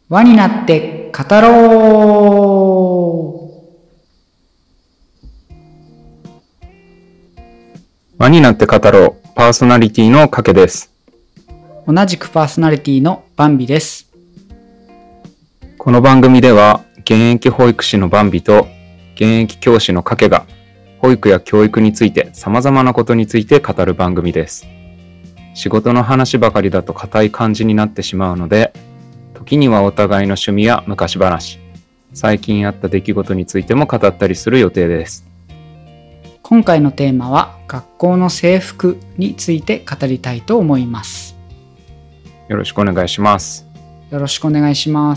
輪になって語ろ輪になって語ろう。パーソナリティのかけです。 う。同じくパーソナリティのバンビです。 この番組では現役保育士のバンビと現役教師のかけが保育や教育について様々なことについて語る番組です。仕事の話ばかりだと固い感じになってしまうので、時にはお互いの趣味や昔話、最近あった出来事についても語ったりする予定です。 今回のテーマは学校の制服について語りたいと思います。 よろしくお願いします。 よろしくお願いします。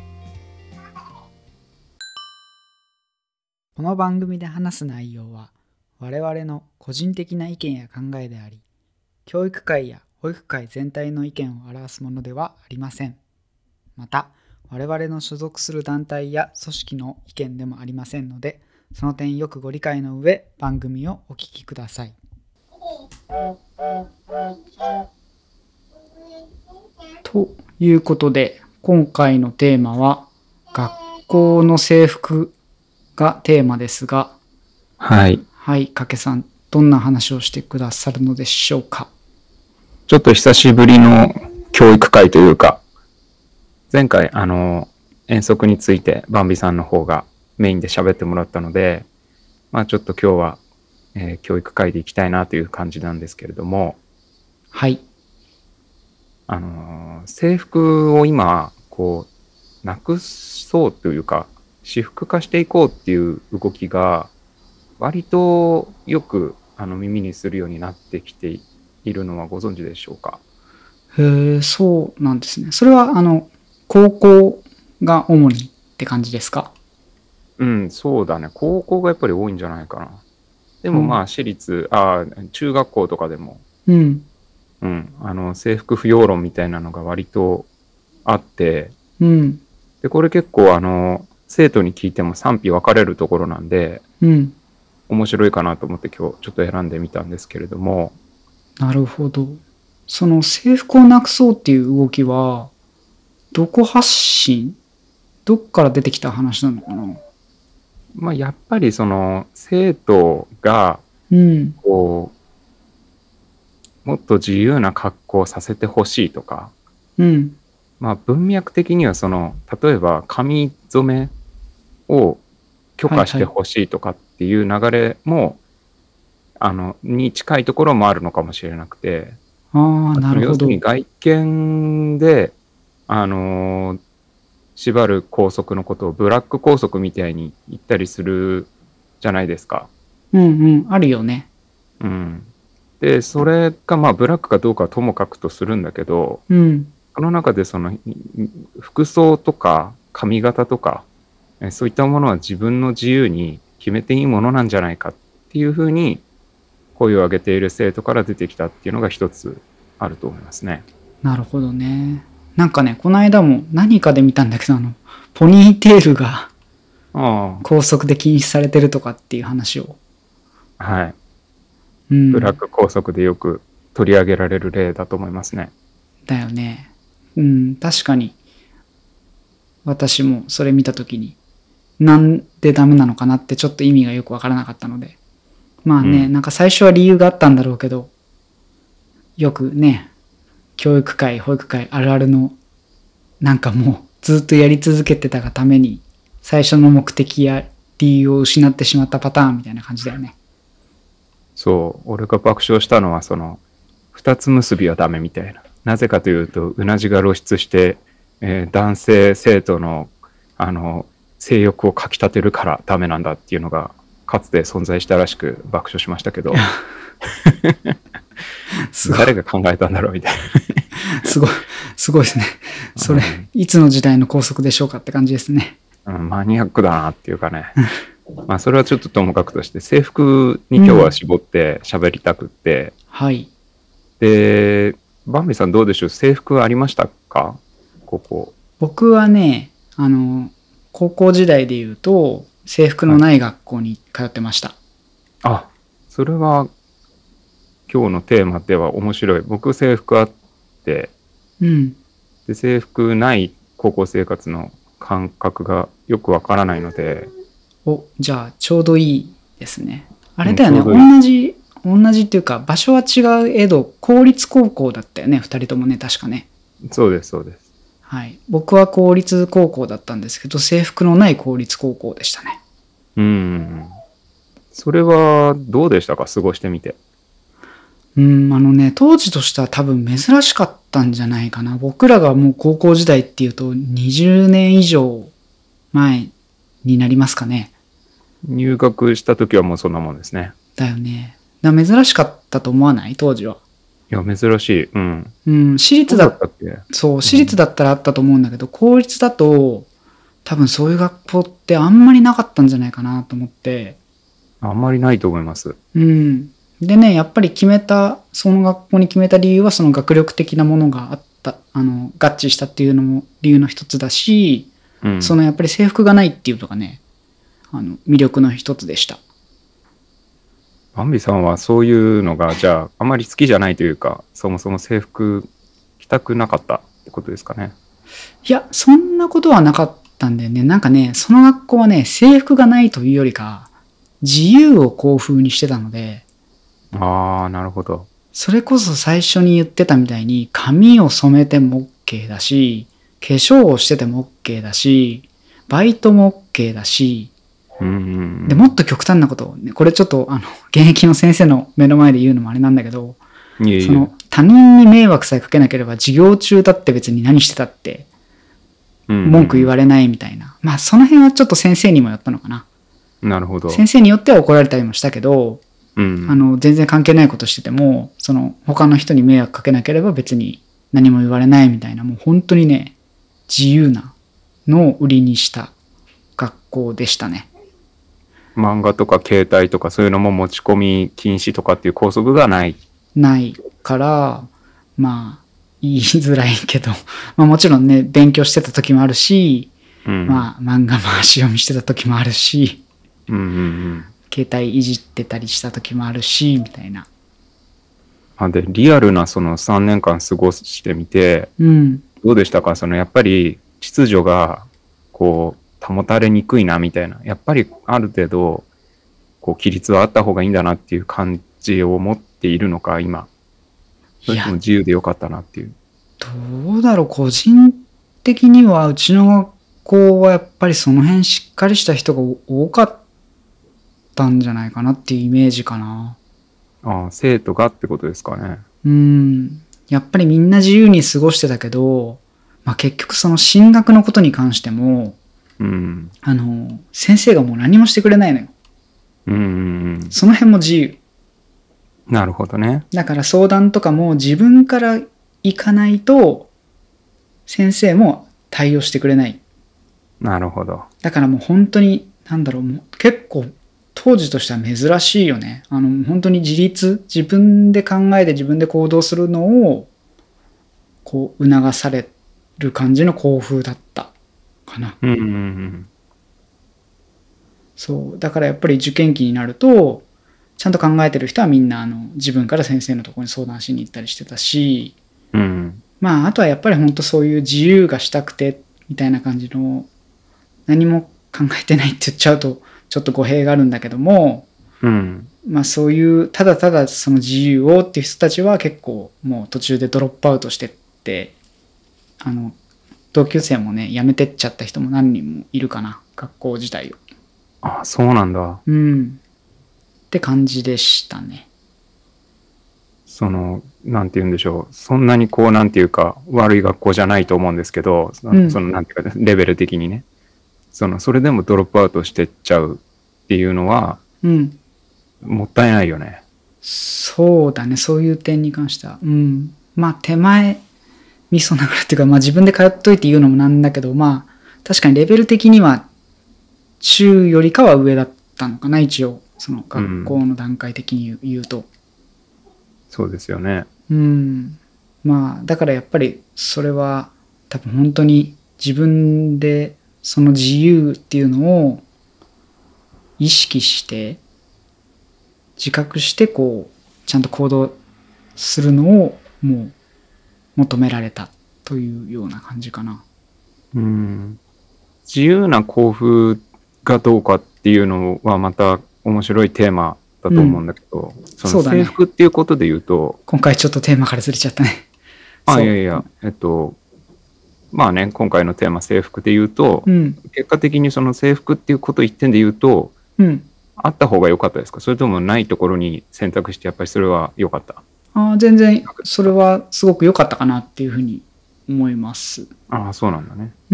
この番組で話す内容は我々の個人的な意見や考えであり、教育界や保育界全体の意見を表すものではありません。また、我々の所属する団体や組織の意見でもありませんので、その点よくご理解の上、番組をお聞きください。ということで、今回のテーマは学校の制服がテーマですが、 はい。 はい、かけさん、どんな話をしてくださるのでしょうか。 ちょっと久しぶりの教育会というか、前回遠足についてバンビさんの方がメインで喋ってもらったので、ちょっと今日は、教育会でいきたいなという感じなんですけれども、 はい。 制服を今なくそうというか私服化していこうっていう動きが割とよく耳にするようになってきているのはご存知でしょうか。 へえ、そうなんですね。それは高校が主にって感じですか？ うん、そうだね。高校がやっぱり多いんじゃないかな。でも私立、中学校とかでも、 うん。 制服不要論みたいなのが割とあって、 うん。 で、これ結構生徒に聞いても賛否分かれるところなんで、 うん。 面白いかなと思って今日ちょっと選んでみたんですけれども。 なるほど。その制服をなくそうっていう動きは、どこ発信？どっから出てきた話なのかな？ やっぱりその生徒がうん。 もっと自由な格好をさせてほしいとか、 うん。 文脈的には例えば髪染めを許可してほしいとかっていう流れも、に近いところもあるのかもしれなくて、 なるほど。 要するに外見で縛る校則のことをブラック校則みたいに言ったりするじゃないですか。 うんうん、あるよね。 うん。で、それがブラックかどうかはともかくとするんだけど、 うん。 その中で服装とか髪型とか、そういったものは自分の自由に決めていいものなんじゃないかっていうふうに声を上げている生徒から出てきたっていうのが一つあると思いますね。 なるほどね。なんかね、この間も何かで見たんだけど、ポニーテールが校則で禁止されてるとかっていう話を。 はい。 うん。 ブラック校則でよく取り上げられる例だと思いますね。 だよね。うん、確かに。私もそれ見たときに、なんでダメなのかなってちょっと意味がよくわからなかったので。なんか最初は理由があったんだろうけど、よくね、教育界、保育界あるあるの、なんかもうずっとやり続けてたがために、最初の目的や理由を失ってしまったパターンみたいな感じだよね。 そう、俺が爆笑したのは二つ結びはダメみたいな。なぜかというと、うなじが露出して、男性生徒の性欲をかきたてるからダメなんだっていうのがかつて存在したらしく爆笑しましたけど誰が考えたんだろうみたいなすごいですね。それ、いつの時代の校則でしょうかって感じですね。 マニアックだなっていうかねそれはちょっとともかくとして制服に今日は絞って喋りたくって、 はい。 でバンビさんどうでしょう、制服ありましたか？ここ僕はね、高校時代で言うと制服のない学校に通ってました。 それは今日のテーマでは面白い。僕制服あって、 うん。 で制服ない高校生活の感覚がよくわからないので。 じゃあちょうどいいですね。あれだよね、 ちょうどいい。 同じっていうか場所は違う江戸公立高校だったよね、2人ともね、確かね。 そうです、そうです。 はい。僕は公立高校だったんですけど、制服のない公立高校でしたね。 それはどうでしたか、過ごしてみて。 当時としては多分珍しかったんじゃないかな。僕らがもう高校時代っていうと20年以上前になりますかね。 入学した時はもうそんなもんですね。 だよね。珍しかったと思わない当時は。 いや、珍しい。 私立そうだったっけ？ 私立だったらあったと思うんだけど、公立だと多分そういう学校ってあんまりなかったんじゃないかなと思って。 あんまりないと思います。 でね、やっぱりその学校に決めた理由はその学力的なものがあった、合致したっていうのも理由の一つだし、そのやっぱり制服がないっていうのがね、魅力の一つでした。 バンビさんはそういうのが、じゃあ、あまり好きじゃないというか、そもそも制服着たくなかったってことですかね。 いや、そんなことはなかったんだよね。なんかね、その学校はね、制服がないというよりか、自由を校風にしてたので、 ああ、なるほど。 それこそ最初に言ってたみたいに、髪を染めても OK だし、化粧をしてても OK だし、バイトも OK だし、でもっと極端なことをね、これちょっと現役の先生の目の前で言うのもあれなんだけど、その他人に迷惑さえかけなければ授業中だって別に何してたって文句言われないみたいな。まあその辺はちょっと先生にもよったのかな。 なるほど。 先生によっては怒られたりもしたけど、全然関係ないことしてても、その他の人に迷惑かけなければ別に何も言われないみたいな、もう本当にね、自由なのを売りにした学校でしたね。 漫画とか携帯とかそういうのも持ち込み禁止とかっていう校則がない。 ないから、まあ、言いづらいけど、まあもちろんね、勉強してた時もあるし、まあ漫画回し読みしてた時もあるし、携帯いじってたりした時もあるし、みたいな。 で、リアルなその3年間過ごしてみて、どうでしたか？やっぱり秩序がこう保たれにくいなみたいな、やっぱりある程度こう規律はあった方がいいんだなっていう感じを持っているのか今。それとも自由でよかったなっていう。 どうだろう、個人的にはうちの学校はやっぱりその辺しっかりした人が多かったんじゃないかなっていうイメージかな。 生徒がってことですかね。 やっぱりみんな自由に過ごしてたけど、まあ、結局その進学のことに関しても、先生がもう何もしてくれないのよ。その辺も自由。 なるほどね。 だから相談とかも自分から行かないと先生も対応してくれない。 なるほど。 だからもう本当にもう結構当時としては珍しいよね。本当に自分で考えて自分で行動するのをこう促される感じの校風だったかな。そうだからやっぱり受験期になるとちゃんと考えてる人はみんな自分から先生のところに相談しに行ったりしてたし、まああとはやっぱり本当そういう自由がしたくてみたいな感じの何も考えてないって言っちゃうとちょっと語弊があるんだけども、まあそういうただただその自由をっていう人たちは結構もう途中でドロップアウトしてって同級生もね辞めてっちゃった人も何人もいるかな、学校自体を。 そうなんだ。 って感じでしたね。 なんて言うんでしょう。そんなになんていうか悪い学校じゃないと思うんですけど、なんていうかレベル的にね。それでもドロップアウトしてっちゃうっていうのは、もったいないよね。 そうだね、そういう点に関しては。まあ手前味噌ながらっていうか、まあ自分で通っといて言うのもなんだけど、まあ確かにレベル的には中よりかは上だったのかな、一応。その学校の段階的に言うと。 そうですよね。 まあだからやっぱりそれは多分本当に自分でその自由っていうのを意識して自覚してちゃんと行動するのをもう求められたというような感じかな。 うん。自由な校風がどうかっていうのはまた面白いテーマだと思うんだけど、そのそうだね制服っていうことで言うと、 今回ちょっとテーマからずれちゃったね。 あ、いそやいや、まあね、今回のテーマ制服で言うと、 う。うん。 結果的にその制服っていうこと一点で言うと、 うん。 あった方が良かったですか？それともないところに選択してやっぱりそれは良かった？ 全然、それはすごく良かったかなっていうふうに思います。 ああ、そうなんだね。 うん。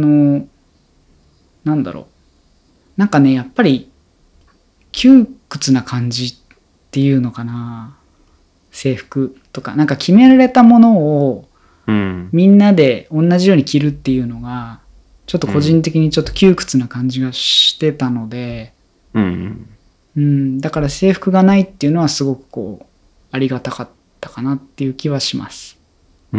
なんだろう。なんかね、やっぱり、窮屈な感じっていうのかな。制服とか。なんか決められたものをうん。 みんなで同じように着るっていうのが、ちょっと個人的にちょっと窮屈な感じがしてたので、 うん。 うん。だから制服がないっていうのはすごくこう、ありがたかったかなっていう気はします。 うん。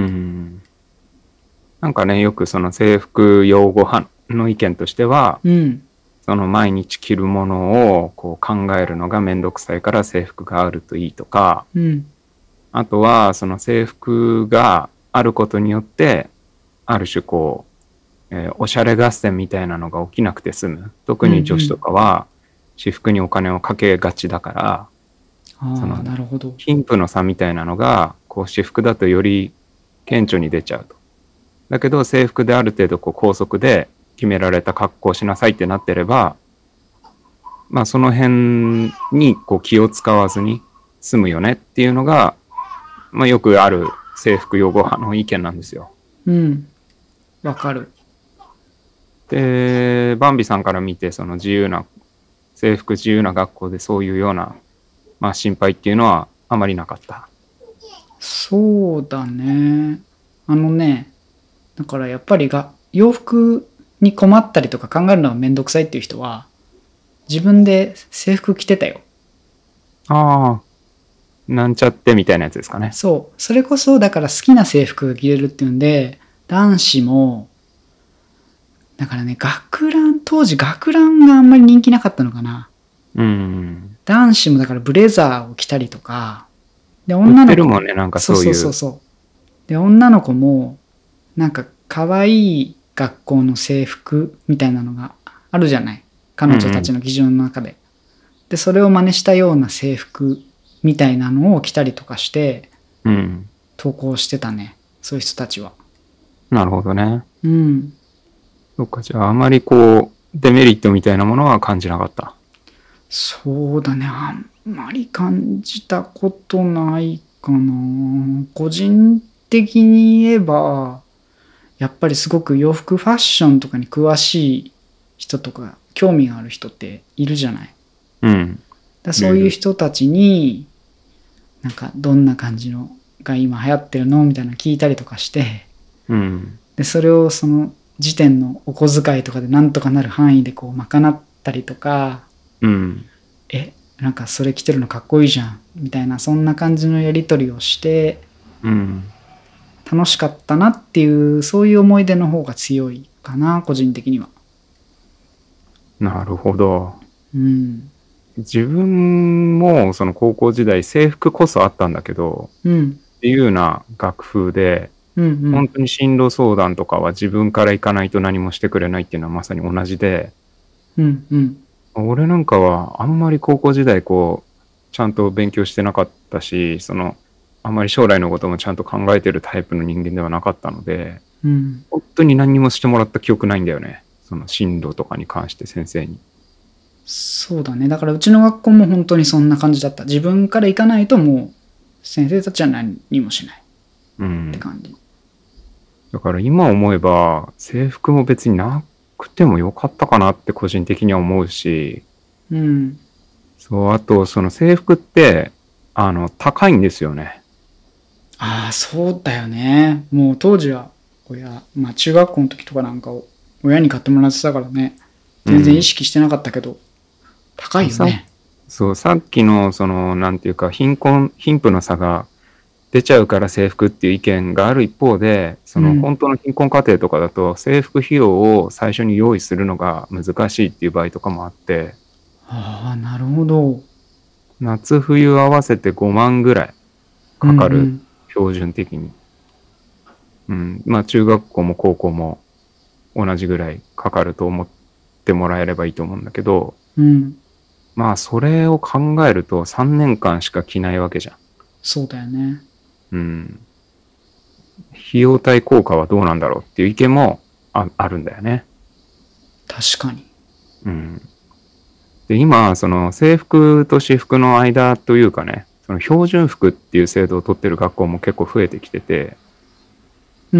なんかね、よくその制服擁護派の意見としては、 うん。 その毎日着るものをこう考えるのがめんどくさいから制服があるといいとか、 うん。 あとはその制服があることによって、ある種こう、おしゃれ合戦みたいなのが起きなくて済む。特に女子とかは私服にお金をかけがちだから、そああ、 のなるほど。 貧富の差みたいなのがこう私服だとより顕著に出ちゃうと。だけど制服である程度こう校則で決められた格好をしなさいってなってれば、まあその辺にこう気を使わずに済むよねっていうのが、まあよくある制服擁護派の意見なんですよ。 うん。わかる。 で、バンビさんから見てその制服自由な学校でそういうような、まあ心配っていうのはあまりなかった？ そうだね。だからやっぱり洋服に困ったりとか考えるのがめんどくさいっていう人は、自分で制服着てたよ。 ああ、なんちゃってみたいなやつですかね。 そう。それこそ、だから好きな制服が着れるっていうんで、男子も、だからね、当時学ランがあんまり人気なかったのかな。 うん。 男子もだからブレザーを着たりとか、で、 売ってるもんね、なんかそうそういう。 そうそうそう。で、女の子も、なんか可愛い学校の制服みたいなのがあるじゃない。彼女たちの基準の中で。で、それを真似したような制服みたいなのを着たりとかして、 うん。 投稿してたね。そういう人たちは。 なるほどね。 うん。 そっか、じゃああまりこう、デメリットみたいなものは感じなかった？ そうだね。あんまり感じたことないかな。個人的に言えば、やっぱりすごく洋服ファッションとかに詳しい人とか興味がある人っているじゃない。 うん。 そういう人たちになんかどんな感じのが今流行ってるのみたいなの聞いたりとかして、 うん。 でそれをその時点のお小遣いとかでなんとかなる範囲でこう賄ったりとか、 うん。 なんかそれ着てるのかっこいいじゃんみたいな、そんな感じのやり取りをしてうん。 楽しかったなっていう、そういう思い出の方が強いかな、個人的には。 なるほど。 うん。 自分もその高校時代制服こそあったんだけど、 うん。 自由な学風で、 うんうん。 本当に進路相談とかは自分から行かないと何もしてくれないっていうのはまさに同じで、 うんうん。 俺なんかはあんまり高校時代こう、ちゃんと勉強してなかったし、あんまり将来のこともちゃんと考えてるタイプの人間ではなかったので、 うん。 本当に何にもしてもらった記憶ないんだよね。その進路とかに関して先生に。 そうだね。だからうちの学校も本当にそんな感じだった。自分から行かないともう先生たちは何にもしないうん。 って感じ。 だから今思えば制服も別になくてもよかったかなって個人的には思うし、 うん。 そう、あとその制服って、高いんですよね。 ああ、そうだよね。もう当時はまあ中学校の時とかなんかを親に買ってもらってたからね。全然意識してなかったけど、高いよね。 そう、さっきのなんていうか、貧富の差が出ちゃうから制服っていう意見がある一方で、本当の貧困家庭とかだと制服費用を最初に用意するのが難しいっていう場合とかもあって、 ああ、なるほど。 夏冬合わせて5万ぐらいかかる、 うん標準的に。うん。まあ中学校も高校も同じぐらいかかると思ってもらえればいいと思うんだけど、 うん。 まあそれを考えると3年間しか着ないわけじゃん。 そうだよね。 うん。費用対効果はどうなんだろうっていう意見もあるんだよね。 確かに。 うん。で、今、その制服と私服の間というかね、その標準服っていう制度を取ってる学校も結構増えてきてて、 うん。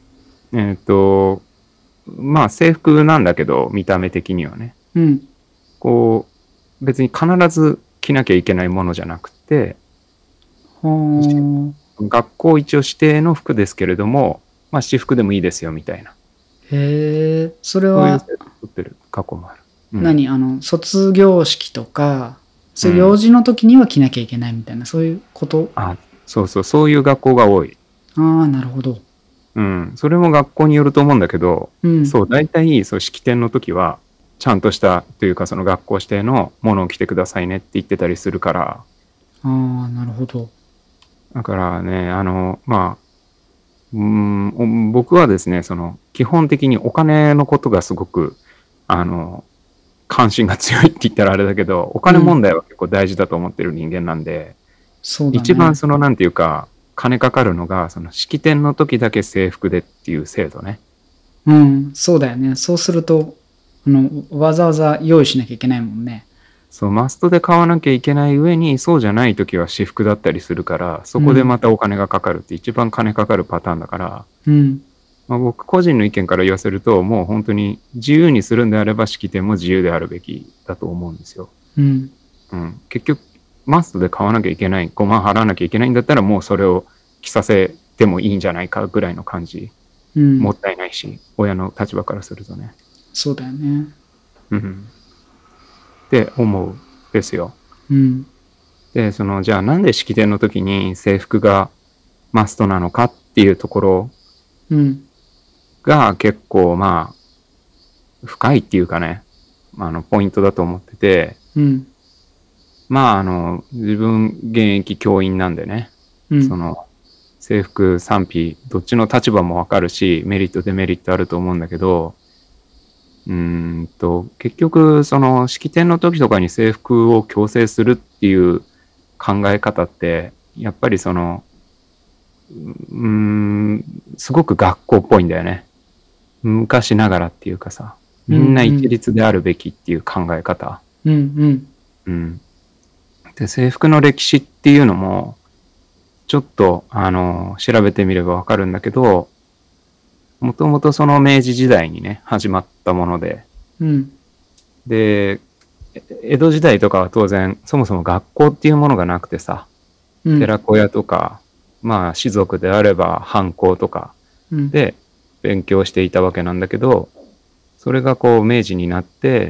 まあ制服なんだけど、見た目的にはね、 うん。 こう、別に必ず着なきゃいけないものじゃなくて、 は学校一応指定の服ですけれども、まあ私服でもいいですよみたいな、 あ。へえ、それはそういう制度を取ってる学校もある。うん。 何、卒業式とか、そういううん。 用事の時には着なきゃいけないみたいな、そういうこと。 あ、そうそう、そういう学校が多い。 ああ、なるほど。 うん。それも学校によると思うんだけど、 うん。 そう、大体、そう、式典の時は、ちゃんとしたというか、その学校指定のものを着てくださいねって言ってたりするから、 ああ、なるほど。 だからね、まあ、僕はですね、その、基本的にお金のことがすごく、あの、関心が強いって言ったらあれだけど、お金問うん。 題は結構大事だと思ってる人間なんで、 そうだね。 一番その、なんていうか、金かかるのが、その式典の時だけ制服でっていう制度ね。 うん。そうだよね。そうすると、わざわざ用意しなきゃいけないもんね。 そう、マストで買わなきゃいけない上に、そうじゃない時は私服だったりするから、そこでうん。 またお金がかかるって一番金かかるパターンだから、 うん。 まあ、僕個人の意見から言わせると、もう本当に自由にするんであれば式典も自由であるべきだと思うんですよ。 うん。 うん。結局、マストで買わなきゃいけない、5万払わなきゃいけないんだったら、もうそれを着させてもいいんじゃないかぐらいの感じ。 うん。 もったいないし、親の立場からするとね。 そうだよね。 うん。って思うですよ。 うん。 で、じゃあなんで式典の時に制服がマストなのかっていうところうん。 が結構まあ、深いっていうかね、ポイントだと思ってて、 うん。 まあ、自分現役教員なんでね、 うん。 制服賛否、どっちの立場もわかるし、メリットデメリットあると思うんだけど、結局、式典の時とかに制服を強制するっていう考え方って、やっぱりすごく学校っぽいんだよね。昔ながらっていうかさ、 うん。 みんな一うん。 律であるべきっていう考え方。 うん。うん。 うん。で、制服の歴史っていうのも、ちょっと、調べてみればわかるんだけど、もともとその明治時代にね、始まったもので、 うん。 で、江戸時代とかは当然、そもそも学校っていうものがなくてさ、 うん。 寺子屋とか、まあ、士族であれば藩校とかうん。 で勉強していたわけなんだけど、それがこう明治になって、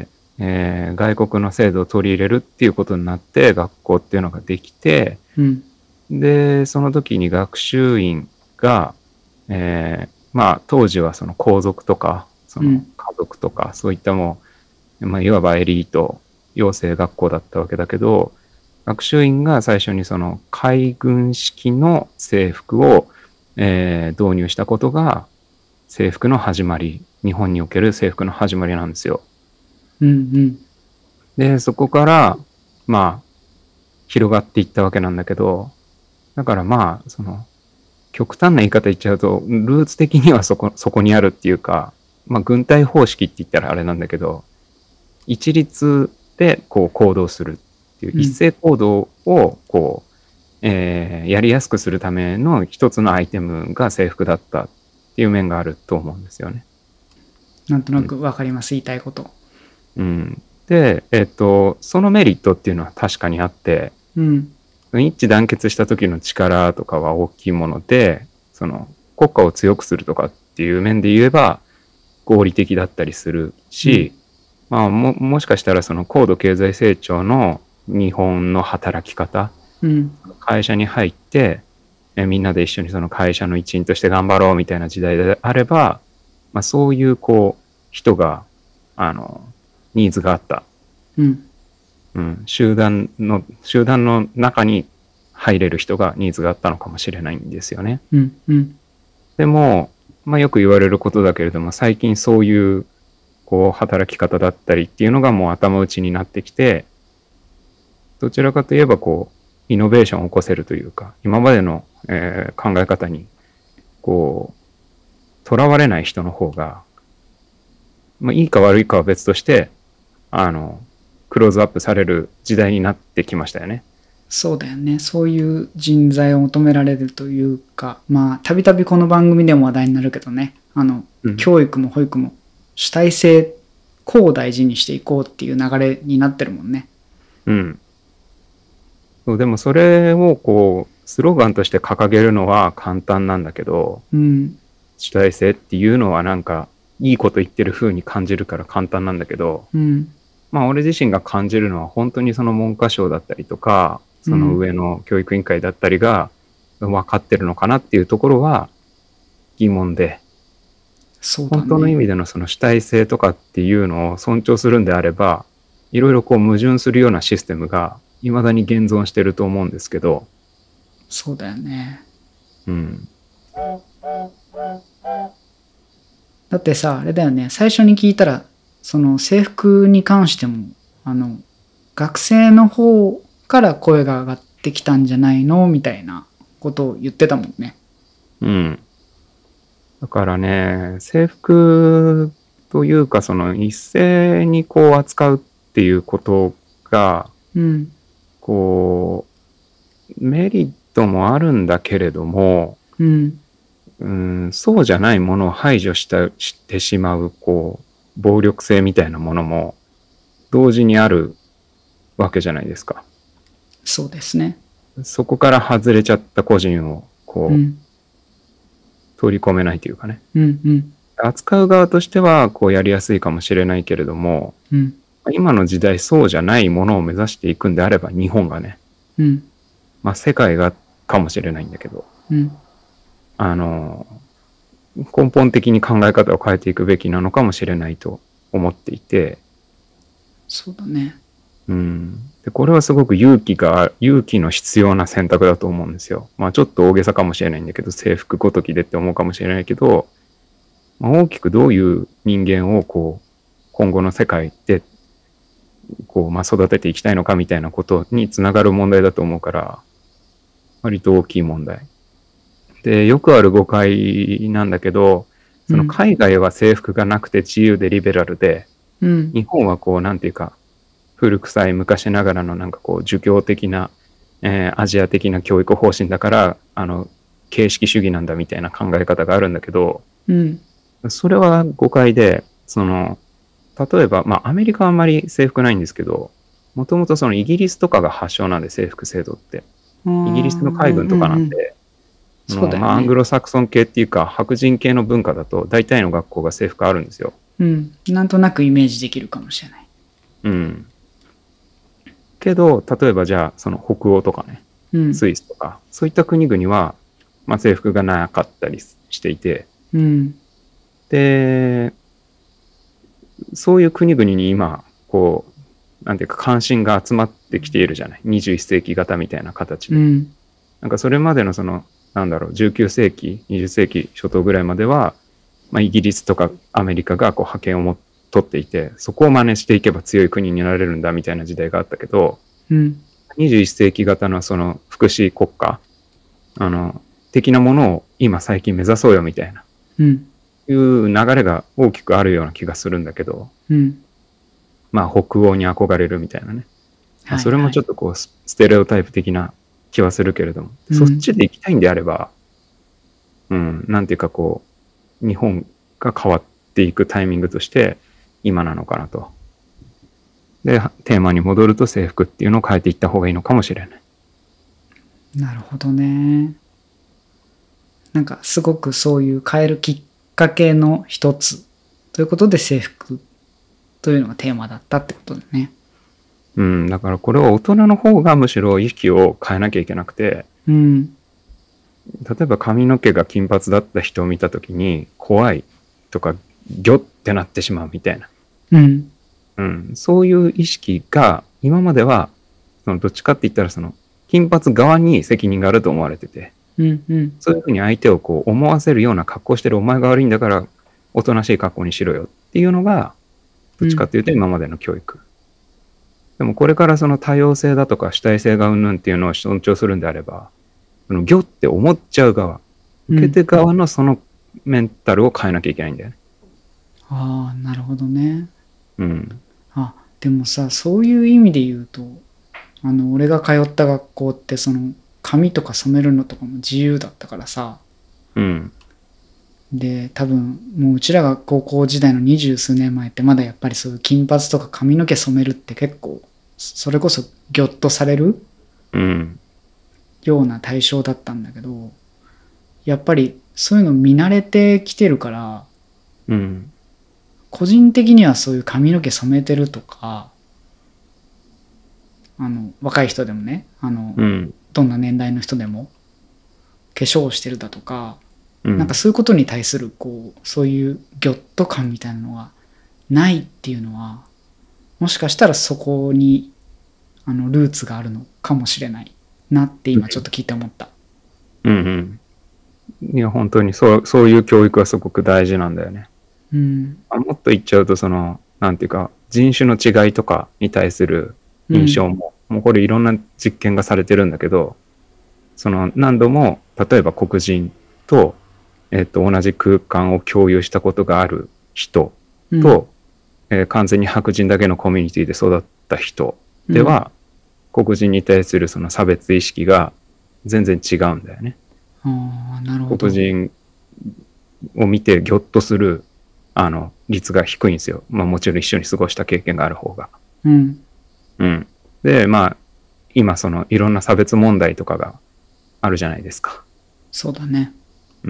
外国の制度を取り入れるっていうことになって学校っていうのができて、 うん。 で、その時に学習院が、まあ当時はその皇族とか、そのうん。 家族とか、そういったもう、まあいわばエリート養成学校だったわけだけど、学習院が最初にその海軍式の制服を、導入したことが制服の始まり、日本における制服の始まりなんですよ。 うん。 で、そこから、まあ、広がっていったわけなんだけど、だからまあ、極端な言い方言っちゃうと、ルーツ的にはそこにあるっていうか、まあ、軍隊方式って言ったらあれなんだけど、一律でこう行動するっていう、 うん。 一斉行動をこう、やりやすくするための一つのアイテムが制服だったっていう面があると思うんですよね。 なんとなくわかります、言いたいこと。 うん。で、そのメリットっていうのは確かにあって、 うん。 一致団結した時の力とかは大きいもので、国家を強くするとかっていう面で言えば合理的だったりするうん。 し、まあもしかしたらその高度経済成長の日本の働き方、 うん。 会社に入って、みんなで一緒にその会社の一員として頑張ろうみたいな時代であれば、まあそういうこう人が、ニーズがあった。 うん。 うん、集団の中に入れる人がニーズがあったのかもしれないんですよね。 うん。うん。 でも、 まあよく言われることだけれども、最近そういうこう働き方だったりっていうのがもう頭打ちになってきて、どちらかといえばこうイノベーションを起こせるというか、今までの、考え方にこう囚われない人の方が、まあいいか悪いかは別として、クローズアップされる時代になってきましたよね。 そうだよね。そういう人材を求められるというか、まあ、たびたびこの番組でも話題になるけどね、教育も保育も主体性、個を大事にしていこうっていう流れになってるもんね。 うん。そうでもそれをこう、スローガンとして掲げるのは簡単なんだけど、 うん。 主体性っていうのはなんか、いいこと言ってる風に感じるから簡単なんだけど、 うん。 まあ俺自身が感じるのは本当にその文科省だったりとか、その上の教育委員会だったりが分かってるのかなっていうところは疑問で、 そうだね。 本当の意味でのその主体性とかっていうのを尊重するんであれば、いろいろこう矛盾するようなシステムが未だに現存してると思うんですけど、 そうだよね。 うん。 だってさ、あれだよね。最初に聞いたら、その制服に関しても、学生の方から声が上がってきたんじゃないのみたいなことを言ってたもんね。 うん。だからね、制服というか、その一斉にこう扱うっていうことが、 うん。 こう、メリットもあるんだけれども、 うん。 そうじゃないものを排除してしまう、こう、暴力性みたいなものも同時にあるわけじゃないですか。 そうですね。 そこから外れちゃった個人を、こう、 うん。 取り込めないというかね。 うんうん。 扱う側としては、こうやりやすいかもしれないけれども、 うん。 今の時代そうじゃないものを目指していくんであれば、日本がね、 うん。 まあ世界がかもしれないんだけど、 うん。 根本的に考え方を変えていくべきなのかもしれないと思っていて、 そうだね。 でこれはすごく勇気の必要な選択だと思うんですよ。まあちょっと大げさかもしれないんだけど、制服ごときでって思うかもしれないけど、まあ、大きくどういう人間をこう、今後の世界で、こう、まあ育てていきたいのかみたいなことにつながる問題だと思うから、割と大きい問題。で、よくある誤解なんだけど、その海外は制服がなくて自由でリベラルで、 うん。 日本はこう、なんていうか、古臭い昔ながらのなんかこう、儒教的な、アジア的な教育方針だから、形式主義なんだみたいな考え方があるんだけど、 うん。 それは誤解で、例えば、まあ、アメリカはあんまり制服ないんですけど、もともとそのイギリスとかが発祥なんで、制服制度って。イギリスの海軍とかなんで、 そうだよね。 まあ、アングロサクソン系っていうか、白人系の文化だと、大体の学校が制服あるんですよ。 うん。なんとなくイメージできるかもしれない。 うん。けど、例えばじゃあ、その北欧とかね、 うん。 スイスとか、そういった国々は、まあ、制服がなかったりしていて、 うん。 で、そういう国々に今、こう、なんていうか関心が集まってきているじゃない。21世紀型みたいな形で。 うん。 なんかそれまでのその、なんだろう、19世紀、20世紀初頭ぐらいまでは、まあ、イギリスとかアメリカがこう覇権を取っていて、そこを真似していけば強い国になれるんだみたいな時代があったけど、 うん。 21世紀型のその福祉国家、的なものを今最近目指そうよみたいな、 うん。 いう流れが大きくあるような気がするんだけど、 うん。 まあ北欧に憧れるみたいなね。まあ、それもちょっとこうステレオタイプ的な気はするけれども、そっちで行きたいんであれば、なんていうかこう、日本が変わっていくタイミングとして今なのかなと。で、テーマに戻ると制服っていうのを変えていった方がいいのかもしれない。 なるほどね。なんかすごくそういう変えるきっかけの一つということで制服というのがテーマだったってことだね。 だからこれは大人の方がむしろ意識を変えなきゃいけなくて、 うん。 例えば髪の毛が金髪だった人を見たときに怖いとかギョってなってしまうみたいな。そういう意識が今まではそのどっちかって言ったらその金髪側に責任があると思われてて、 うんうんそういうふうに相手をこう思わせるような格好してるお前が悪いんだからおとなしい格好にしろよっていうのがどっちかっていうと今までの教育。でもこれからその多様性だとか主体性がうんぬんっていうのを尊重するんであれば、そのギョって思っちゃう側、受け手側のそのメンタルを変えなきゃいけないんだよね。 ああ、なるほどね。 うん。 あ、でもさ、そういう意味で言うと、俺が通った学校って髪とか染めるのとかも自由だったからさ、 うん。 で、多分もううちらが高校時代の20数年前ってまだやっぱりそういう金髪とか髪の毛染めるって結構、それこそギョッとされるうん。 ような対象だったんだけど、やっぱりそういうの見慣れてきてるから、 うん。 個人的にはそういう髪の毛染めてるとか、若い人でもね、 うん。 どんな年代の人でも化粧をしてるだとか、 うんなんかそういうことに対するそういうギョッと感みたいなのがないっていうのは、もしかしたらそこにルーツがあるのかもしれないなって今ちょっと聞いて思った。 うん。いや、本当にそういう教育はすごく大事なんだよね。 うん。 もっと言っちゃうと、なんていうか、人種の違いとかに対する印象も、もうこれいろんな実験がされてるんだけど、何度も、例えば黒人と、同じ空間を共有したことがある人と、完全に白人だけのコミュニティで育った人では、黒人に対するその差別意識が全然違うんだよね。 ああ、なるほど。 黒人を見てギョッとする率が低いんですよ。まあもちろん一緒に過ごした経験がある方が。 うん。 うん。で、まあ今いろんな差別問題とかがあるじゃないですか。 そうだね。 うん。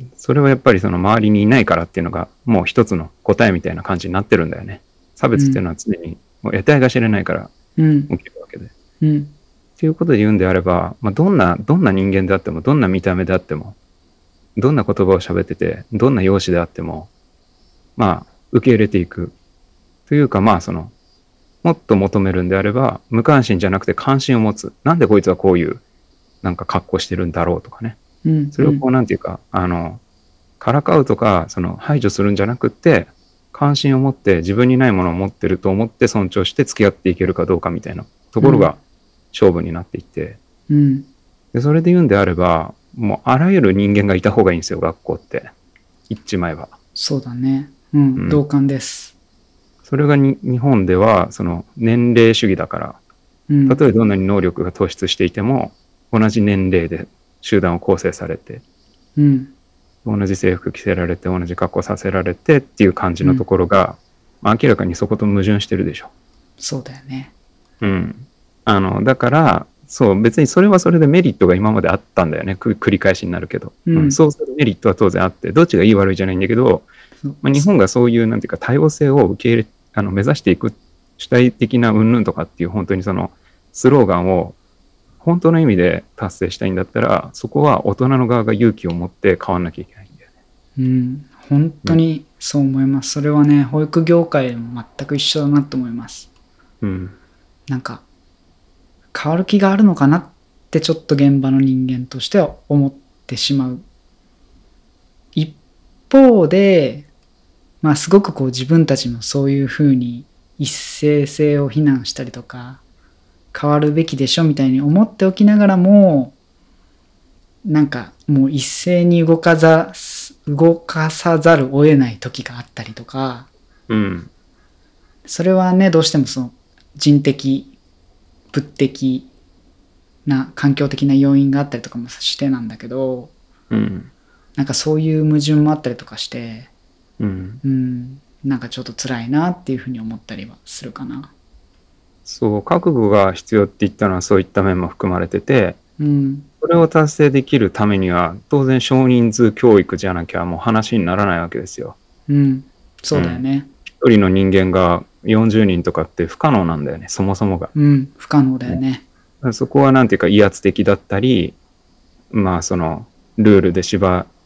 それはやっぱり周りにいないからっていうのがもう一つの答えみたいな感じになってるんだよね。差別っていうのは常にもう得体が知れないから起きるわけで。 うん。 っていうことで言うんであれば、まあ、どんな人間であっても、どんな見た目であっても、どんな言葉を喋ってて、どんな容姿であっても、まあ、受け入れていく。というか、まあ、もっと求めるんであれば、無関心じゃなくて関心を持つ。なんでこいつはこういう、なんか格好してるんだろうとかね。 うん。 それをなんていうか、からかうとか、排除するんじゃなくって、関心を持って自分にないものを持ってると思って尊重して付き合っていけるかどうかみたいなところが勝負になっていって、でそれで言うんであれば、もうあらゆる人間がいた方がいいんですよ、学校って。言っちまえば。 そうだね。同感です。 それが日本では、年齢主義だから、たとえどんなに能力が突出していても、同じ年齢で集団を構成されて、同じ制服着せられて、同じ格好させられてっていう感じのところが、明らかにそこと矛盾してるでしょ。 そうだよね。 うん。だから、そう、別にそれはそれでメリットが今まであったんだよね。繰り返しになるけど。そうするメリットは当然あって、どっちがいい悪いじゃないんだけど、まあ、日本がそういう、なんていうか、多様性を受け入れ、目指していく主体的な云々とかっていう、本当にスローガンを、本当の意味で達成したいんだったら、そこは大人の側が勇気を持って変わんなきゃいけないんだよね。本当にそう思います。それはね、保育業界でも全く一緒だなと思います。なんか、変わる気があるのかなってちょっと現場の人間としては思ってしまう。一方で、まあすごく自分たちもそういうふうに一斉性を非難したりとか、変わるべきでしょみたいに思っておきながらも、なんかもう一斉に動かさざるを得ない時があったりとか、それはね、どうしても人的、物的な環境的な要因があったりとかもしてなんだけど、なんかそういう矛盾もあったりとかして、なんかちょっと辛いなっていうふうに思ったりはするかな。 そう、覚悟が必要って言ったのはそういった面も含まれてて、それを達成できるためには当然少人数教育じゃなきゃもう話にならないわけですよ。 そうだよね。 一人の人間が40人とかって不可能なんだよね、そもそもが。 不可能だよね。 そこはなんていうか威圧的だったり、まあルールで縛って、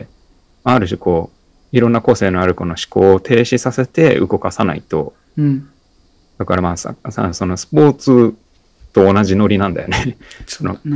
ある種いろんな個性のある子の思考を停止させて動かさないと、だからまあそのスポーツと同じノリなんだよね。 そうだね。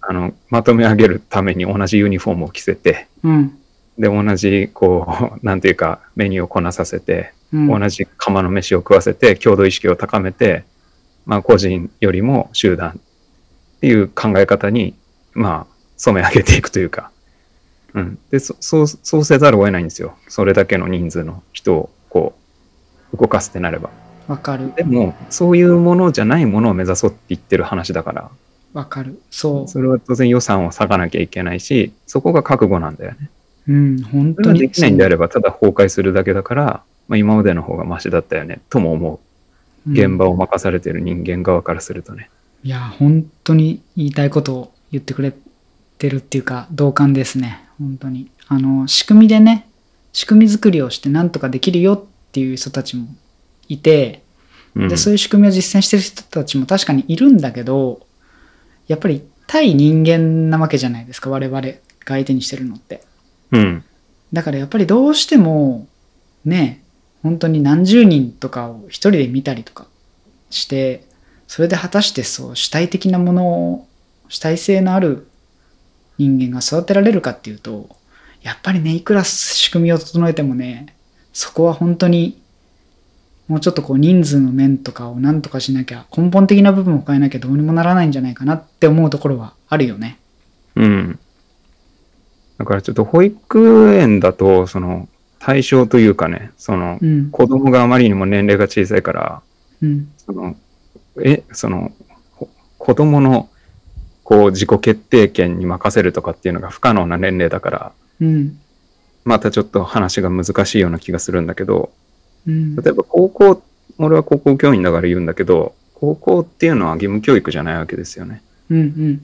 まとめ上げるために同じユニフォームを着せて、 うん。 で、同じ、こう、なんていうか、メニューをこなさせて、 うん。 同じ釜の飯を食わせて、共同意識を高めて、まあ、個人よりも集団っていう考え方に、まあ、染め上げていくというか、うん。で、そうせざるを得ないんですよ。それだけの人数の人を、こう、動かすってなれば。 わかる。 でも、そういうものじゃないものを目指そうって言ってる話だから、 わかる。そそれは当然予算を割かなきゃいけないし、そこが覚悟なんだよね。 う。うん、本それがで当にそう。 きないんであれば、ただ崩壊するだけだから、まあ、今までの方がマシだったよね、とも思う。現場を任されてる人間側からするとね。 いや、本当に言いたいことを言ってくれてるっていうか、同感ですね。本当に。仕組みでね、仕組み作りをしてなんとかできるよっていう人たちもいて、で、そういう仕組みを実践してる人たちも確かにいるんだけど、やっぱり対人間なわけじゃないですか、我々が相手にしてるのって。 うん。 だからやっぱりどうしても、ね、本当に何十人とかを一人で見たりとかして、それで果たしてそう主体的なものを、主体性のある人間が育てられるかっていうと、やっぱりね、いくら仕組みを整えてもね、そこは本当にもうちょっとこう人数の面とかを何とかしなきゃ、根本的な部分を変えなきゃどうにもならないんじゃないかなって思うところはあるよね。 うん。だからちょっと保育園だと、その対象というかね、その子供があまりにも年齢が小さいから、 うん、 その子供のこう自己決定権に任せるとかっていうのが不可能な年齢だから、 うん、 またちょっと話が難しいような気がするんだけど、 うん、 例えば俺は高校教員だから言うんだけど、高校っていうのは義務教育じゃないわけですよね。 うん、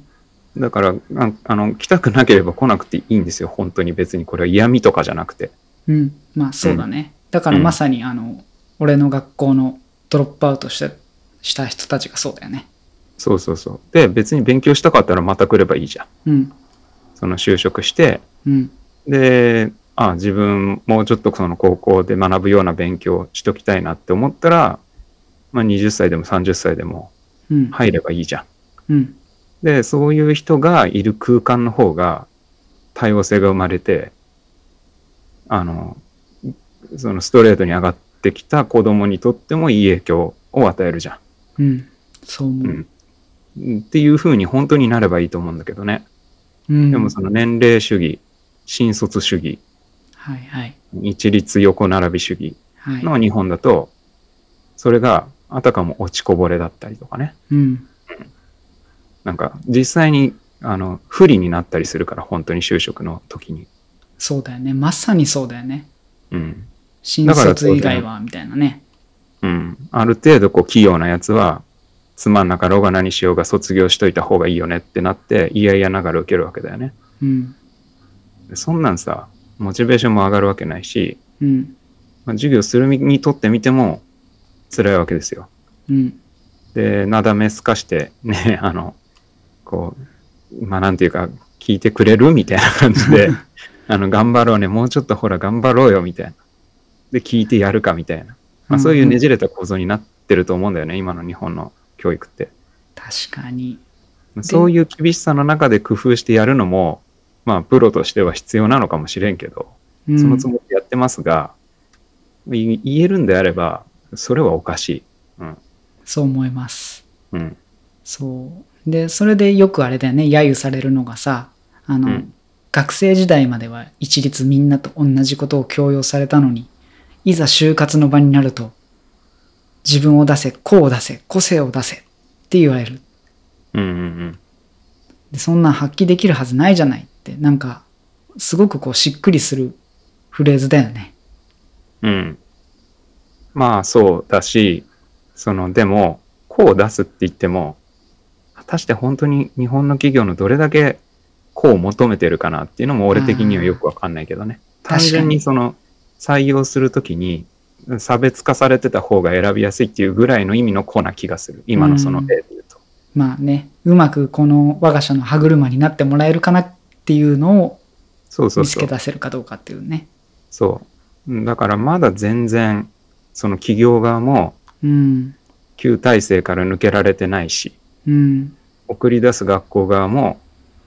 だから来たくなければ来なくていいんですよ。本当に別にこれは嫌味とかじゃなくて。 うん。まあそうだね。だからまさに俺の学校のドロップアウトした人たちがそうだよね。 そうそうそう。で、別に勉強したかったらまた来ればいいじゃん。 うん。 その就職して、 うん。 で、自分もうちょっとその高校で学ぶような勉強をしときたいなって思ったら、まあ20歳でも30歳でも入ればいいじゃん。 うん。 で、そういう人がいる空間の方が多様性が生まれて、そのストレートに上がってきた子供にとってもいい影響を与えるじゃん。 うん。そう思う。 っていう風に本当になればいいと思うんだけどね。でもその年齢主義、新卒主義、 はいはい、 一律横並び主義の日本だと、それがあたかも落ちこぼれだったりとかね。なんか実際に不利になったりするから、本当に就職の時に。 そうだよね。まさにそうだよね。 うん。 新卒以外はみたいなね。 うん。ある程度こう器用なやつは、つまんなかろうが何しようが卒業しといた方がいいよねってなって、いやいやながら受けるわけだよね。 うん。 そんなんさ、モチベーションも上がるわけないし、 うん。 まあ、授業する身にとってみても辛いわけですよ。 うん。 で、なだめすかしてね、こう、まあなんていうか、聞いてくれるみたいな感じで、頑張ろうね、もうちょっとほら頑張ろうよみたいな。で、聞いてやるかみたいな。まあそういうねじれた構造になってると思うんだよね、今の日本の教育って。 確かに。 そういう厳しさの中で工夫してやるのも、まあプロとしては必要なのかもしれんけど、そのつもりでやってますが、言えるんであれば、それはおかしい。うん。 そう思います。 うん。 そう。で、それでよくあれだよね、揶揄されるのがさ、学生時代までは一律みんなと同じことを強要されたのに、いざ就活の場になると、自分を出せ、個を出せ、個性を出せって言われる。で、そんなん発揮できるはずないじゃないって、なんか、すごくこうしっくりするフレーズだよね。 うん。まあそうだし、でも、個を出すって言っても、果たして本当に日本の企業のどれだけ個を求めてるかなっていうのも俺的にはよくわかんないけどね。単純に採用するときに差別化されてた方が選びやすいっていうぐらいの意味の個な気がする。今のその例で言うと。 まあね、うまくこの我が社の歯車になってもらえるかなっていうのを見つけ出せるかどうかっていうね。 そう。だからまだ全然、その企業側も、旧体制から抜けられてないし、送り出す学校側も、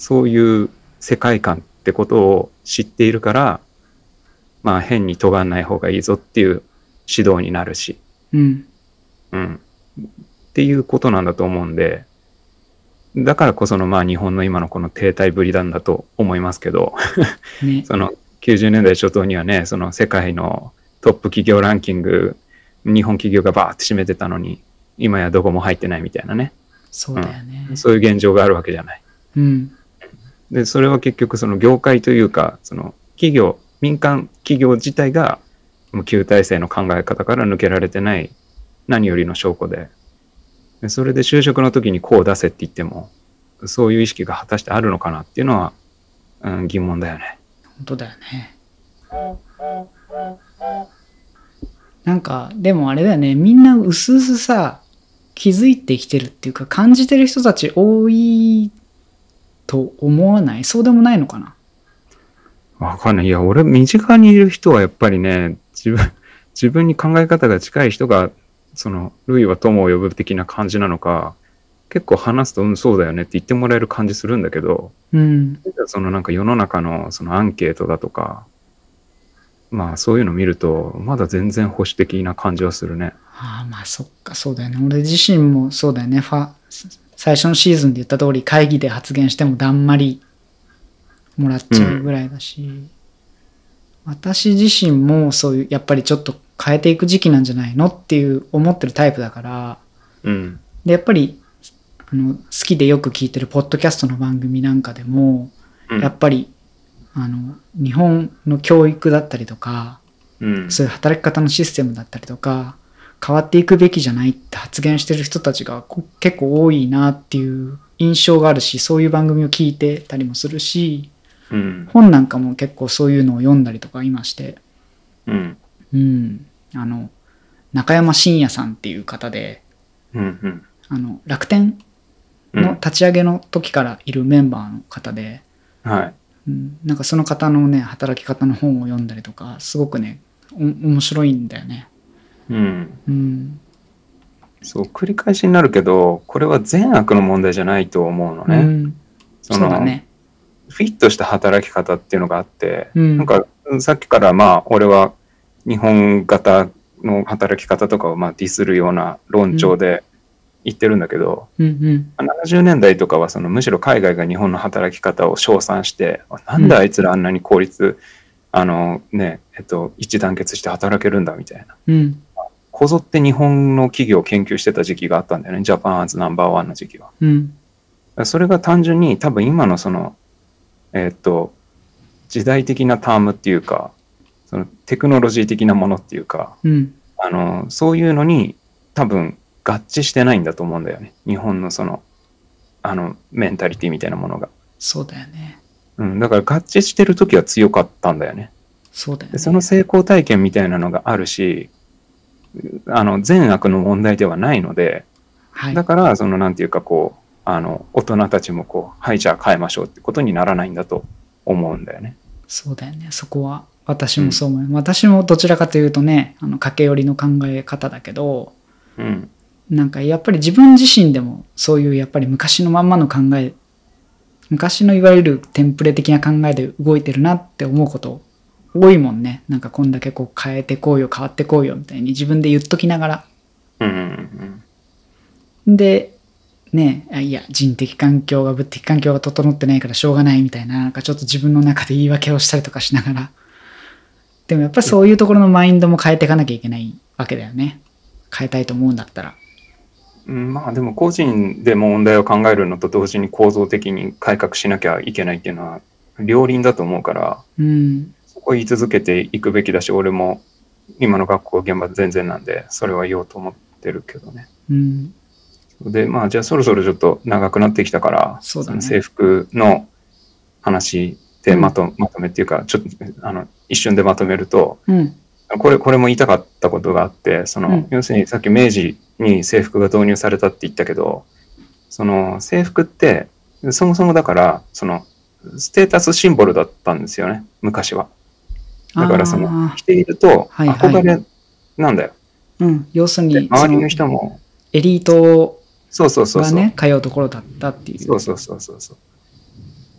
そういう世界観ってことを知っているから、まあ変に尖んない方がいいぞっていう指導になるし、 うん。 っていうことなんだと思うんで、だからこそのまあ日本の今のこの停滞ぶりなんだと思いますけど、 ね。 その90年代初頭にはね、その世界のトップ企業ランキング、日本企業がバーって占めてたのに、今やどこも入ってないみたいなね。 そうだよね。 そういう現状があるわけじゃない。 うん。 で、それは結局その業界というか、その企業、民間企業自体が、旧体制の考え方から抜けられてない何よりの証拠で、それで就職の時にこう出せって言っても、そういう意識が果たしてあるのかなっていうのは、疑問だよね。 本当だよね。なんか、でもあれだよね。みんな薄々さ、気づいてきてるっていうか、感じてる人たち多いと思わない？そうでもないのかな？ わかんない。いや、俺、身近にいる人はやっぱりね、自分に考え方が近い人が、その、類は友を呼ぶ的な感じなのか、結構話すと、そうだよねって言ってもらえる感じするんだけど、 うん。 そのなんか世の中のそのアンケートだとか、まあそういうの見ると、まだ全然保守的な感じはするね。 ああ、まあそっか、そうだよね。俺自身もそうだよね。最初のシーズンで言った通り会議で発言してもだんまりもらっちゃうぐらいだし、私自身もそういう、やっぱりちょっと変えていく時期なんじゃないのっていう思ってるタイプだから、で、やっぱり、好きでよく聞いてるポッドキャストの番組なんかでも、やっぱり、日本の教育だったりとか、そういう働き方のシステムだったりとか、変わっていくべきじゃないって発言してる人たちが結構多いなっていう印象があるし、そういう番組を聞いてたりもするし、本なんかも結構そういうのを読んだりとか今して、中山真也さんっていう方で、楽天の立ち上げの時からいるメンバーの方で、なんかその方のね、働き方の本を読んだりとか、すごくね、面白いんだよね。 そう、繰り返しになるけど、これは善悪の問題じゃないと思うのね。 そうだね。 フィットした働き方っていうのがあって、なんかさっきからまあ俺は日本型の働き方とかをまあディスるような論調で言ってるんだけど、70年代とかはそのむしろ海外が日本の働き方を称賛して、なんであいつらあんなに効率、一致団結して働けるんだみたいな。こぞって日本の企業を研究してた時期があったんだよね。ジャパンアズナンバーワンの時期は。それが単純に多分今のその、時代的なタームっていうか、そのテクノロジー的なものっていうか、そういうのに多分合致してないんだと思うんだよね。日本のその、メンタリティみたいなものが。 そうだよね。 だから合致してる時は強かったんだよね。 そうだよね。 でその成功体験みたいなのがあるし、善悪の問題ではないので、だからそのなんていうかこう大人たちもこうはいじゃあ変えましょうってことにならないんだと思うんだよね。 そうだよね。そこは私もそう思う。私もどちらかというとね、駆け寄りの考え方だけど、なんかやっぱり自分自身でもそういうやっぱり昔のまんまの考え、昔のいわゆるテンプレ的な考えで動いてるなって思うこと多いもんね。なんかこんだけこう変えてこうよ変わってこうよみたいに自分で言っときながら。で、ね、いや人的環境が物的環境が整ってないからしょうがないみたいな、なんかちょっと自分の中で言い訳をしたりとかしながら。でもやっぱりそういうところのマインドも変えていかなきゃいけないわけだよね。変えたいと思うんだったら。 まあでも個人で問題を考えるのと同時に構造的に改革しなきゃいけないっていうのは両輪だと思うから、そこ言い続けていくべきだし、俺も今の学校現場全然なんでそれは言おうと思ってるけどね。でまあじゃあそろそろちょっと長くなってきたから、 そうだね、 制服の話でまとめっていうかちょっと一瞬でまとめると、これも言いたかったことがあって、その、要するにさっき明治に制服が導入されたって言ったけど、その制服ってそもそもだからそのステータスシンボルだったんですよね、昔は。だからその着ていると憧れなんだよ。 要するに周りの人もエリートがね通うところだったっていう。 そう。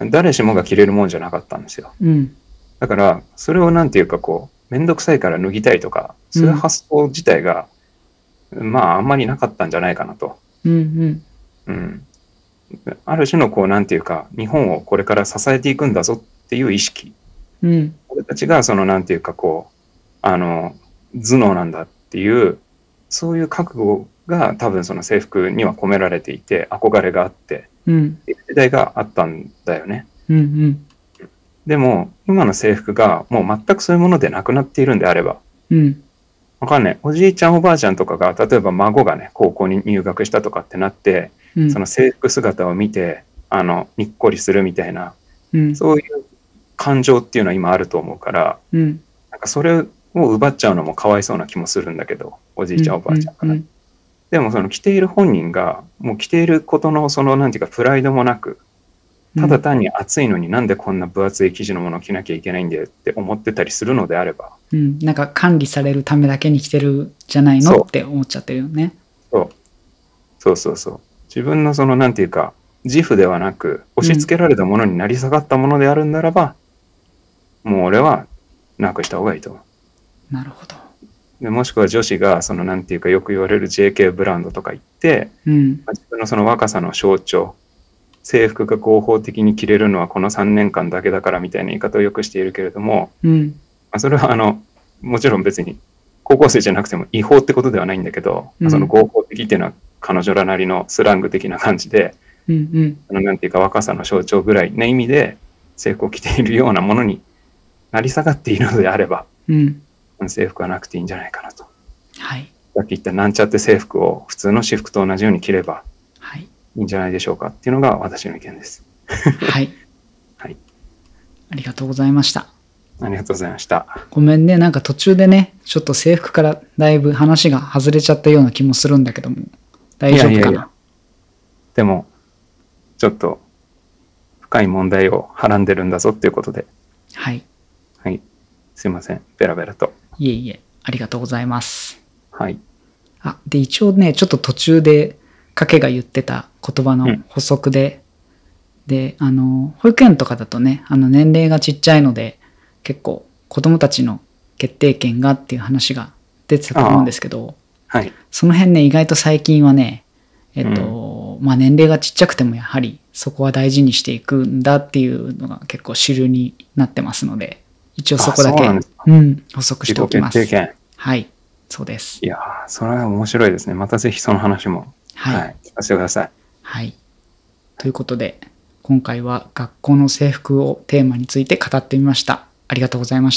誰しもが着れるもんじゃなかったんですよ。 うんだからそれをなんていうかこうめんどくさいから脱ぎたいとかそういう発想自体が、まああんまりなかったんじゃないかなと。 うんある種のこうなんていうか日本をこれから支えていくんだぞっていう意識、 うん俺たちがそのなんていうかこう頭脳なんだっていうそういう覚悟が多分その制服には込められていて憧れがあってうんっていう時代があったんだよね。 うんでも今の制服がもう全くそういうものでなくなっているんであれば、わかんない。おじいちゃんおばあちゃんとかが例えば孫がね高校に入学したとかってなって、その制服姿を見てにっこりするみたいな、そういう感情っていうのは今あると思うから、なんかそれを奪っちゃうのもかわいそうな気もするんだけど、おじいちゃんおばあちゃんから。でもその着ている本人がもう着ていることのそのなんていうかプライドもなく、ただ単に暑いのになんでこんな分厚い生地のものを着なきゃいけないんだよって思ってたりするのであれば、 なんか管理されるためだけに着てるじゃないのって思っちゃってるよね。 そう自分のそのなんていうか自負ではなく押し付けられたものになり下がったものであるんならば、もう俺はなくした方がいいと思う。 なるほど。 でもしくは女子がそのなんていうかよく言われる JK ブランドとか言って、自分のその若さの象徴、制服が合法的に着れるのはこの3年間だけだからみたいな言い方をよくしているけれども、それはもちろん別に高校生じゃなくても違法ってことではないんだけど、その合法的っていうのは彼女らなりのスラング的な感じで、なんていうか若さの象徴ぐらいな意味で制服を着ているようなものになり下がっているのであれば、制服はなくていいんじゃないかなと。 はい。 さっき言ったなんちゃって制服を普通の私服と同じように着ればいいんじゃないでしょうかっていうのが私の意見です。 はい。 はい。 ありがとうございました。 ありがとうございました。 ごめんね、なんか途中でね、ちょっと制服からだいぶ話が外れちゃったような気もするんだけども、大丈夫かな。 でも、ちょっと深い問題をはらんでるんだぞっていうことで。 はい。 はい。すいません。ベラベラと。 いえいえ、ありがとうございます。 はい。 で、一応ね、ちょっと途中で、かけが言ってた言葉の補足で、で、保育園とかだとね、年齢がちっちゃいので、結構子供たちの決定権がっていう話が出てたと思うんですけど、その辺ね、意外と最近はね、まあ年齢がちっちゃくてもやはりそこは大事にしていくんだっていうのが結構主流になってますので、一応そこだけ補足しておきます。はい、そうです。 いやー、それは面白いですね。またぜひその話も、聞かせてください。 はい。ということで、今回は学校の制服をテーマについて語ってみました。ありがとうございました。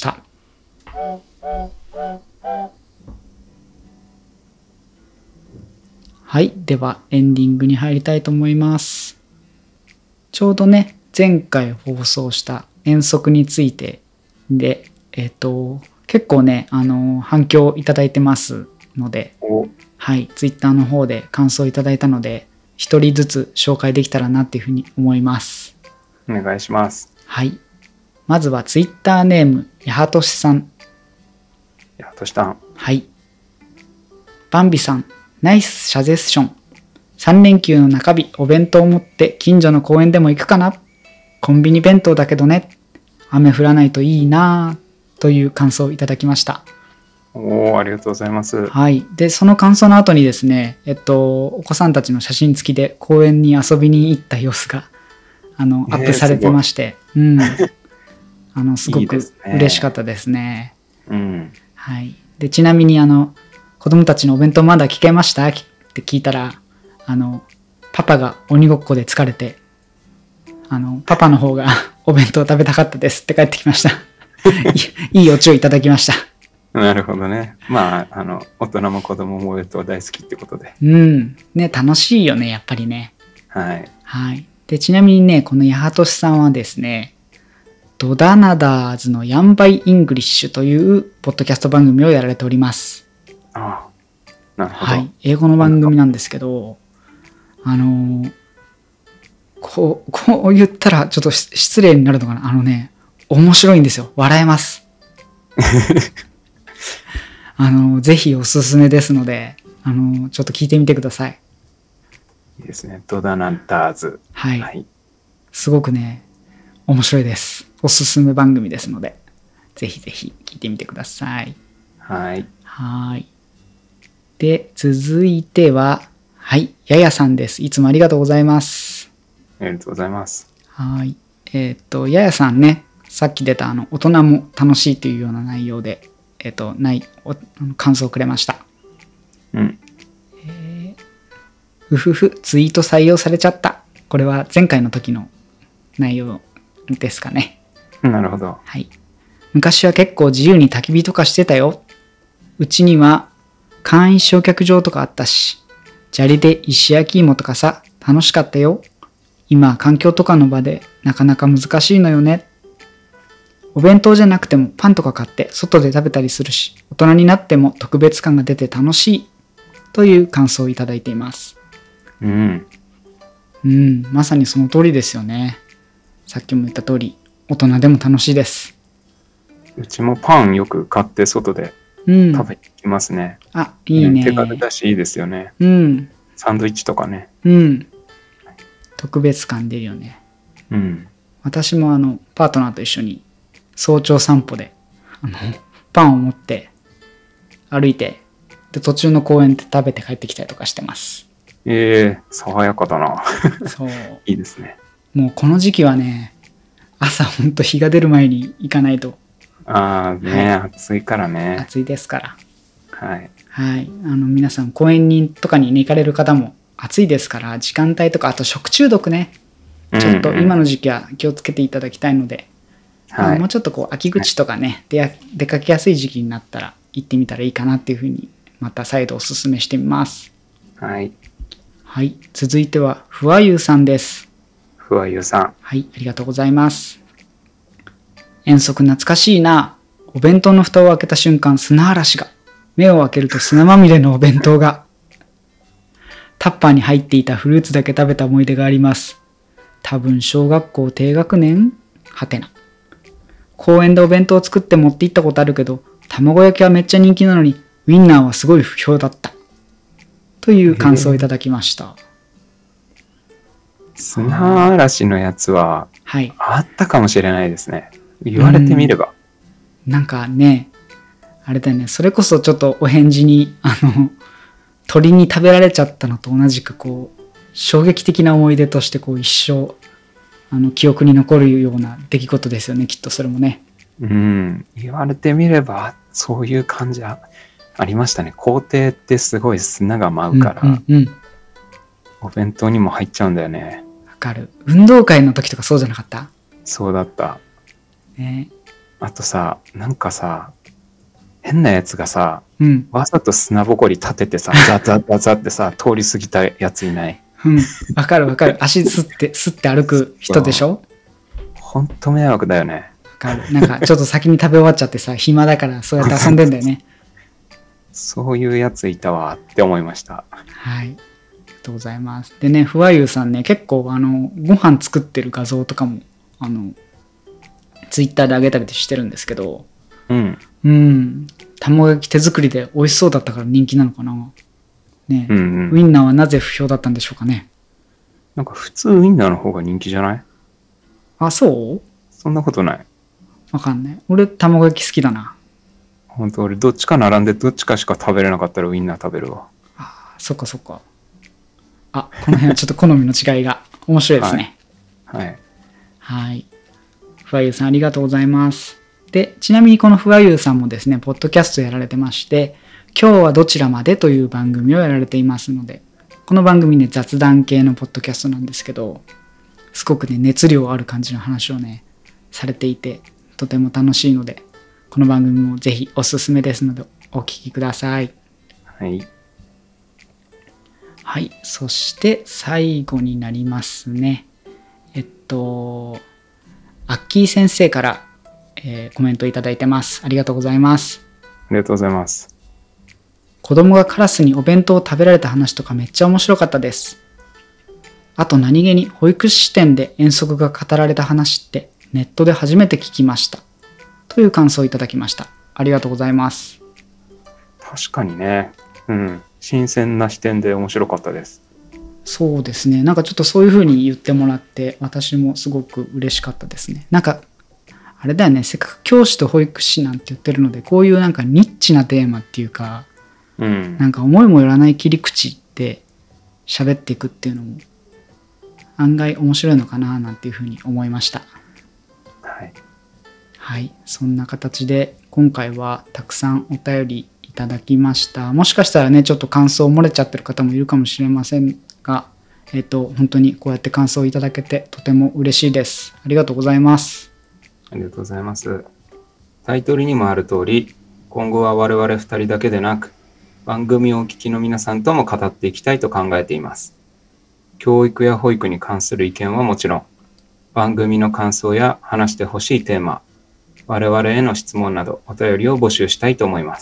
はい。では、エンディングに入りたいと思います。ちょうどね、前回放送した遠足についてで、結構ね、反響いただいてますので、はい、ツイッターの方で感想いただいたので、一人ずつ紹介できたらなっていうふうに思います。 お願いします。 はい。まずはツイッターネーム、やはとしさん。 やはとしさん。 はい。バンビさん、ナイスシャゼッション。3連休の中日、お弁当を持って近所の公園でも行くかな。コンビニ弁当だけどね。雨降らないといいなぁ。という感想をいただきました。 ありがとうございます。 はい。で、その感想の後にですね、お子さんたちの写真付きで公園に遊びに行った様子が、アップされてまして、すごく嬉しかったですね。はい。で、ちなみに、子供たちのお弁当まだ聞けましたって聞いたら、パパが鬼ごっこで疲れて、パパの方がお弁当食べたかったですって帰ってきました。いいお注意いただきました。 なるほどね。まあ、大人も子供もお弁当大好きってことで。 ね、楽しいよね、やっぱりね。 はい。 はい。で、ちなみにね、このやはとしさんはですね、ドダナダーズのヤンバイイングリッシュというポッドキャスト番組をやられております。 ああ、なるほど。 はい。英語の番組なんですけど、こう言ったらちょっと失礼になるのかな。面白いんですよ。笑えます。ぜひおすすめですので、ちょっと聞いてみてください。 いいですね。ドダナダーズ。 はい。すごくね、 面白いです。おすすめ番組ですので、ぜひぜひ聞いてみてください。 はい。 はい。で、続いては、はい、ややさんです。いつもありがとうございます。 ありがとうございます。 はい。ややさんね、さっき出た大人も楽しいというような内容で、感想をくれました。 うん。 うふふ、ツイート採用されちゃった。これは前回の時の内容ですかね。 なるほど。 はい。昔は結構自由に焚き火とかしてたよ。うちには簡易焼却場とかあったし、砂利で石焼き芋とかさ、楽しかったよ。今、環境とかの場でなかなか難しいのよね。お弁当じゃなくてもパンとか買って外で食べたりするし、大人になっても特別感が出て楽しい。という感想をいただいています。 うん。 まさにその通りですよね。さっきも言った通り、大人でも楽しいです。 うちもパンよく買って外で食べに行きますね。 あ、いいね。 手軽だしいいですよね。サンドイッチとかね。 特別感出るよね。私もパートナーと一緒に早朝散歩でパンを持って歩いて、で途中の公園で食べて帰ってきたりとかしてます。 爽やかだな。 そういいですね。 もうこの時期はね、朝ほんと日が出る前に行かないと。 暑いからね。 暑いですから。 はい。 はい。皆さん公園とかに、ね、行かれる方も暑いですから、時間帯とか、あと食中毒ね。ちょっと今の時期は気をつけていただきたいので、もうちょっとこう秋口とかね、出かけやすい時期になったら行ってみたらいいかなっていうふうに、また再度お勧めしてみます。 はい。 はい。続いては、ふわゆうさんです。 ふわゆうさん。 はい。ありがとうございます。遠足懐かしいな。お弁当の蓋を開けた瞬間、砂嵐が。目を開けると砂まみれのお弁当が。タッパーに入っていたフルーツだけ食べた思い出があります。多分小学校低学年はてな。公園でお弁当を作って持って行ったことあるけど、卵焼きはめっちゃ人気なのに、ウインナーはすごい不評だった。という感想をいただきました。 砂嵐のやつは、あったかもしれないですね。言われてみれば。 なんかね、あれだよね、それこそちょっとお返事に、鳥に食べられちゃったのと同じく、こう、衝撃的な思い出として、こう、一生、記憶に残るような出来事ですよね、きっとそれもね。 言われてみれば、そういう感じありましたね。校庭ってすごい砂が舞うから、お弁当にも入っちゃうんだよね。 わかる。運動会の時とかそうじゃなかった？ そうだった。 ね。 あとさ、なんかさ、変なやつがさ、わざと砂ぼこり立ててさ、ザザザザってさ、通り過ぎたやついない？ わかるわかる。足すって歩く人でしょ？ ほんと迷惑だよね。 わかる。なんかちょっと先に食べ終わっちゃってさ、暇だからそうやって遊んでんだよね。 そういうやついたわって思いました。 はい。ありがとうございます。でね、ふわゆうさんね、結構ご飯作ってる画像とかも、ツイッターで上げたりしてるんですけど、卵焼き手作りで美味しそうだったから人気なのかな。ね、ウインナーはなぜ不評だったんでしょうかね。 なんか普通ウインナーの方が人気じゃない？ あ、そう？ そんなことない。 わかんない。俺卵焼き好きだな。 ほんと俺どっちか並んでどっちかしか食べれなかったらウインナー食べるわ。 そっかそっか。この辺はちょっと好みの違いが面白いですね。はい。ふわゆうさんありがとうございます。で、ちなみにこのふわゆうさんもですね、ポッドキャストやられてまして、今日はどちらまでという番組をやられていますので、この番組ね、雑談系のポッドキャストなんですけど、すごくね、熱量ある感じの話をね、されていて、とても楽しいので、この番組もぜひおすすめですので、お聞きください。 はい。 はい。そして最後になりますね。アッキー先生から、コメントいただいてます。ありがとうございます。 ありがとうございます。 子供がカラスにお弁当を食べられた話とかめっちゃ面白かったです。あと何気に保育士視点で遠足が語られた話ってネットで初めて聞きました。という感想をいただきました。ありがとうございます。 確かにね。新鮮な視点で面白かったです。 そうですね。なんかちょっとそういう風に言ってもらって、私もすごく嬉しかったですね。なんか、あれだよね。せっかく教師と保育士なんて言ってるので、こういうなんかニッチなテーマっていうか、なんか思いもよらない切り口で喋っていくっていうのも、案外面白いのかななんていう風に思いました。 はい。 はい。そんな形で、今回はたくさんお便りいただきました。もしかしたらね、ちょっと感想漏れちゃってる方もいるかもしれませんが、本当にこうやって感想をいただけてとても嬉しいです。ありがとうございます。 ありがとうございます。タイトルにもある通り、今後は我々2人だけでなく、番組をお聞きの皆さんとも語っていきたいと考えています。教育や保育に関する意見はもちろん、番組の感想や話してほしいテーマ、我々への質問などお便りを募集したいと思います。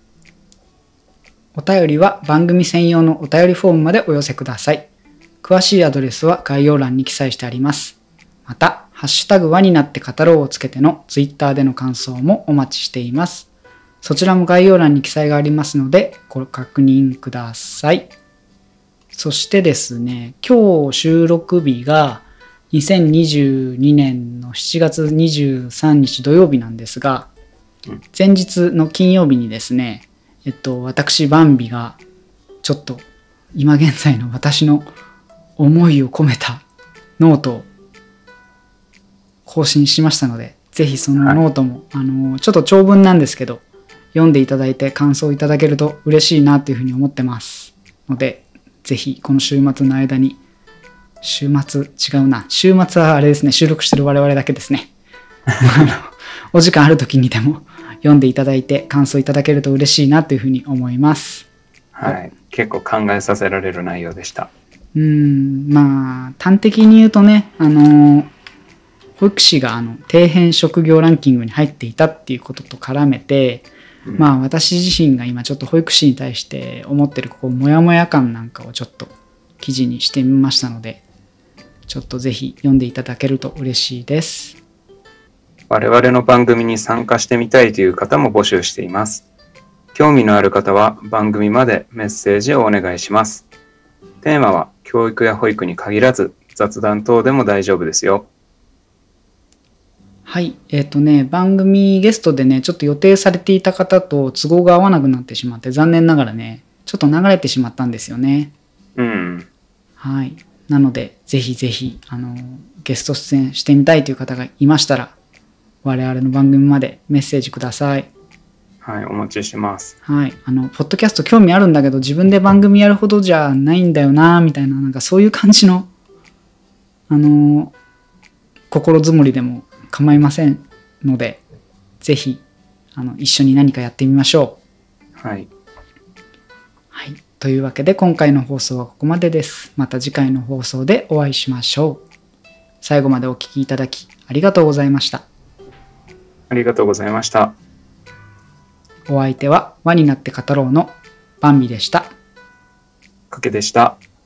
お便りは番組専用のお便りフォームまでお寄せください。詳しいアドレスは概要欄に記載してあります。また、ハッシュタグ輪になって語ろうをつけてのツイッターでの感想もお待ちしています。そちらも概要欄に記載がありますので、ご確認ください。そしてですね、今日収録日が2022年の7月23日土曜日なんですが、前日の金曜日にですね、私バンビがちょっと今現在の私の思いを込めたノートを更新しましたので、ぜひそのノートも、ちょっと長文なんですけど、読んでいただいて感想いただけると嬉しいなというふうに思ってますので、ぜひこの週末の間に、週末はあれですね、収録してる我々だけですね。お時間ある時にでも読んでいただいて感想いただけると嬉しいなというふうに思います。 はい、結構考えさせられる内容でした。 まあ端的に言うとね、保育士が底辺職業ランキングに入っていたっていうことと絡めて、まあ私自身が今ちょっと保育士に対して思ってるこうモヤモヤ感なんかをちょっと記事にしてみましたので、ちょっとぜひ読んでいただけると嬉しいです。 我々の番組に参加してみたいという方も募集しています。興味のある方は番組までメッセージをお願いします。テーマは教育や保育に限らず雑談等でも大丈夫ですよ。 はい。番組ゲストでね、ちょっと予定されていた方と都合が合わなくなってしまって、残念ながらね、ちょっと流れてしまったんですよね。はい。なので、ぜひぜひ、ゲスト出演してみたいという方がいましたら、我々の番組までメッセージください。 はい、お待ちしてます。 はい。ポッドキャスト興味あるんだけど、自分で番組やるほどじゃないんだよな、みたいな、なんかそういう感じの、心づもりでも構いませんので、ぜひ、一緒に何かやってみましょう。はい。 はい。というわけで、今回の放送はここまでです。また次回の放送でお会いしましょう。最後までお聞きいただき、ありがとうございました。 ありがとうございました。 お相手は輪になって語ろうのバンビでした。 かけでした。